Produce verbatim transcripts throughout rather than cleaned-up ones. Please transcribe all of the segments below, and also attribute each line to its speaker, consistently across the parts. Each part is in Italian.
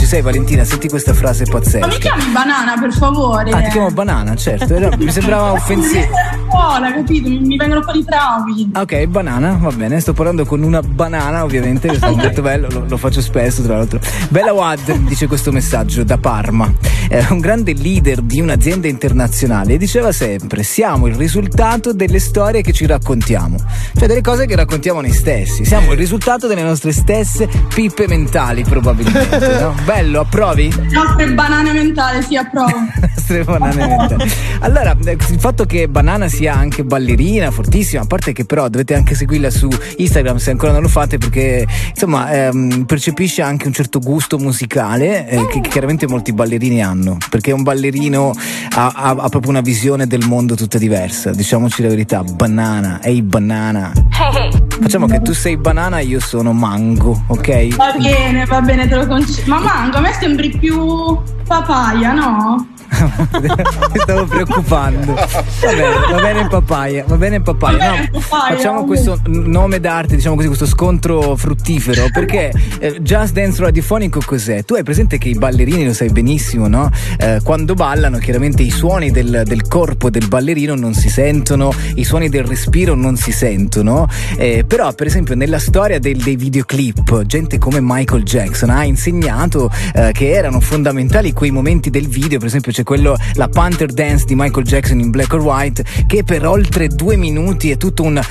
Speaker 1: sei, Valentina, senti questa frase pazzesca.
Speaker 2: Ma mi chiami banana, per favore?
Speaker 1: Ah, ti chiamo banana, certo. Era, mi sembrava offensivo.
Speaker 2: Scuola, capito? Mi, mi vengono fuori i traumi.
Speaker 1: Ok, banana, va bene. Sto parlando con una banana, ovviamente. Questo è molto bello, lo, lo faccio spesso, tra l'altro. Bella Wad dice questo messaggio da Parma. Era un grande leader di un'azienda internazionale e diceva sempre: siamo il risultato delle storie che ci raccontiamo, cioè delle cose che raccontiamo noi stessi. Siamo il risultato delle nostre stesse pippe mentali, probabilmente, no? Bello, approvi?
Speaker 2: Le nostre banane mentali, sì, approvo.
Speaker 1: Le nostre banane mentali. Allora, il fatto che Banana sia anche ballerina, fortissima, a parte che però dovete anche seguirla su Instagram se ancora non lo fate, perché insomma ehm, percepisce anche un certo gusto musicale eh, che, che chiaramente molti ballerini hanno, perché un ballerino ha, ha, ha proprio una visione del mondo tutta diversa, diciamoci la verità. Banana, ehi Banana, facciamo che tu sei banana e io sono mango, ok?
Speaker 2: Va bene, va bene, te lo concedo. Ma mango, a me sembri più papaya, no?
Speaker 1: Mi stavo preoccupando. Va bene, va bene papaya, va bene papaya.
Speaker 2: Va bene,
Speaker 1: no,
Speaker 2: papaya,
Speaker 1: facciamo
Speaker 2: va
Speaker 1: questo nome d'arte, diciamo così, questo scontro fruttifero, perché eh, Just Dance radiofonico cos'è? Tu hai presente che i ballerini, lo sai benissimo, no? Eh, quando ballano chiaramente i suoni del, del corpo del ballerino non si sentono, i suoni del respiro non si sentono, eh, però per esempio nella storia del, dei videoclip gente come Michael Jackson ha insegnato eh, che erano fondamentali quei momenti del video. Per esempio c'è quello, la Panther Dance di Michael Jackson in black or white, che per oltre due minuti è tutto un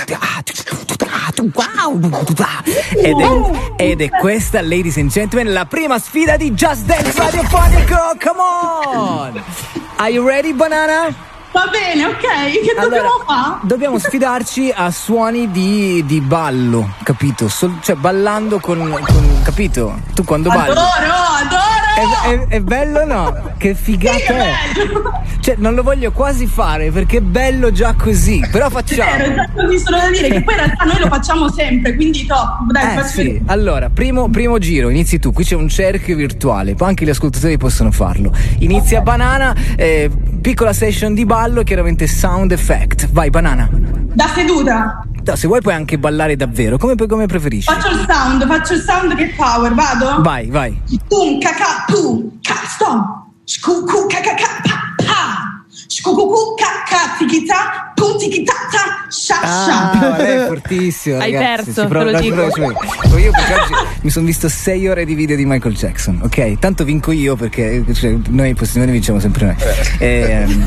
Speaker 1: ed è, ed è questa, ladies and gentlemen, la prima sfida di Just Dance radiofonico. Come on, are you ready, Banana?
Speaker 2: Va bene, ok, che
Speaker 1: allora,
Speaker 2: dobbiamo fare?
Speaker 1: Dobbiamo sfidarci a suoni di, di ballo, capito? Sol, cioè ballando con, con, capito? Tu quando balli
Speaker 2: adoro, adoro!
Speaker 1: È, è, è bello, no? Che figata
Speaker 2: sì, che
Speaker 1: è! Cioè non lo voglio quasi fare perché è bello già così, però facciamo.
Speaker 2: È vero, così solo da dire che poi in realtà noi lo facciamo sempre, quindi top, dai,
Speaker 1: eh,
Speaker 2: faccio
Speaker 1: sì.
Speaker 2: vedere.
Speaker 1: Allora, primo, primo giro, inizi tu, qui c'è un cerchio virtuale, poi anche gli ascoltatori possono farlo. Inizia Banana, eh, piccola session di ballo, chiaramente sound effect. Vai Banana.
Speaker 2: Da seduta.
Speaker 1: No, se vuoi puoi anche ballare davvero, come, come preferisci.
Speaker 2: Faccio il sound, faccio il sound che power, vado?
Speaker 1: Vai, vai.
Speaker 2: Tum caca tu, ca sto. Scucu caca pa pa. Scucu caca tikita, pum tikita ta sha sha.
Speaker 1: Ah, lei è fortissimo,
Speaker 3: Hai
Speaker 1: ragazzi.
Speaker 3: perso,
Speaker 1: Si prova,
Speaker 3: te lo dico.
Speaker 1: prova, io perché oggi mi sono visto sei ore di video di Michael Jackson, ok? Tanto vinco io perché cioè, noi possiamo vinciamo sempre noi. Ehm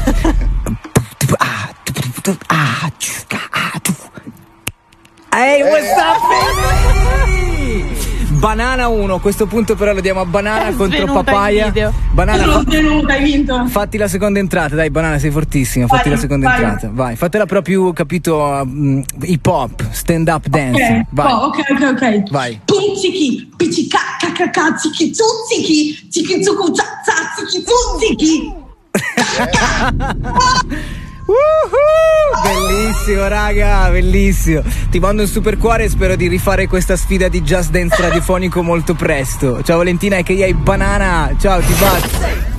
Speaker 1: Hey, what's up, baby? Banana uno, a questo punto però lo diamo a Banana
Speaker 3: È
Speaker 1: contro
Speaker 3: svenuta in
Speaker 1: Papaya.
Speaker 3: video.
Speaker 1: Banana,
Speaker 2: Sono
Speaker 1: fa-
Speaker 2: svenuta, hai vinto.
Speaker 1: fatti la seconda entrata, dai Banana, sei fortissima, fatti
Speaker 2: Vai,
Speaker 1: la seconda
Speaker 2: vai.
Speaker 1: entrata, vai, fatela proprio, capito, um, hip hop, stand up dance,
Speaker 2: Ok,
Speaker 1: vai.
Speaker 2: oh, ok, ok, ok.
Speaker 1: Vai.
Speaker 2: Pum tiki, piccica, cacaca, tiki zu tiki, tiki zuku za za, tiki zu tiki.
Speaker 1: Woohoo! Bellissimo raga, bellissimo. Ti mando un super cuore e spero di rifare questa sfida di Just Dance radiofonico molto presto. Ciao Valentina e che hai Banana. Ciao, ti bacio.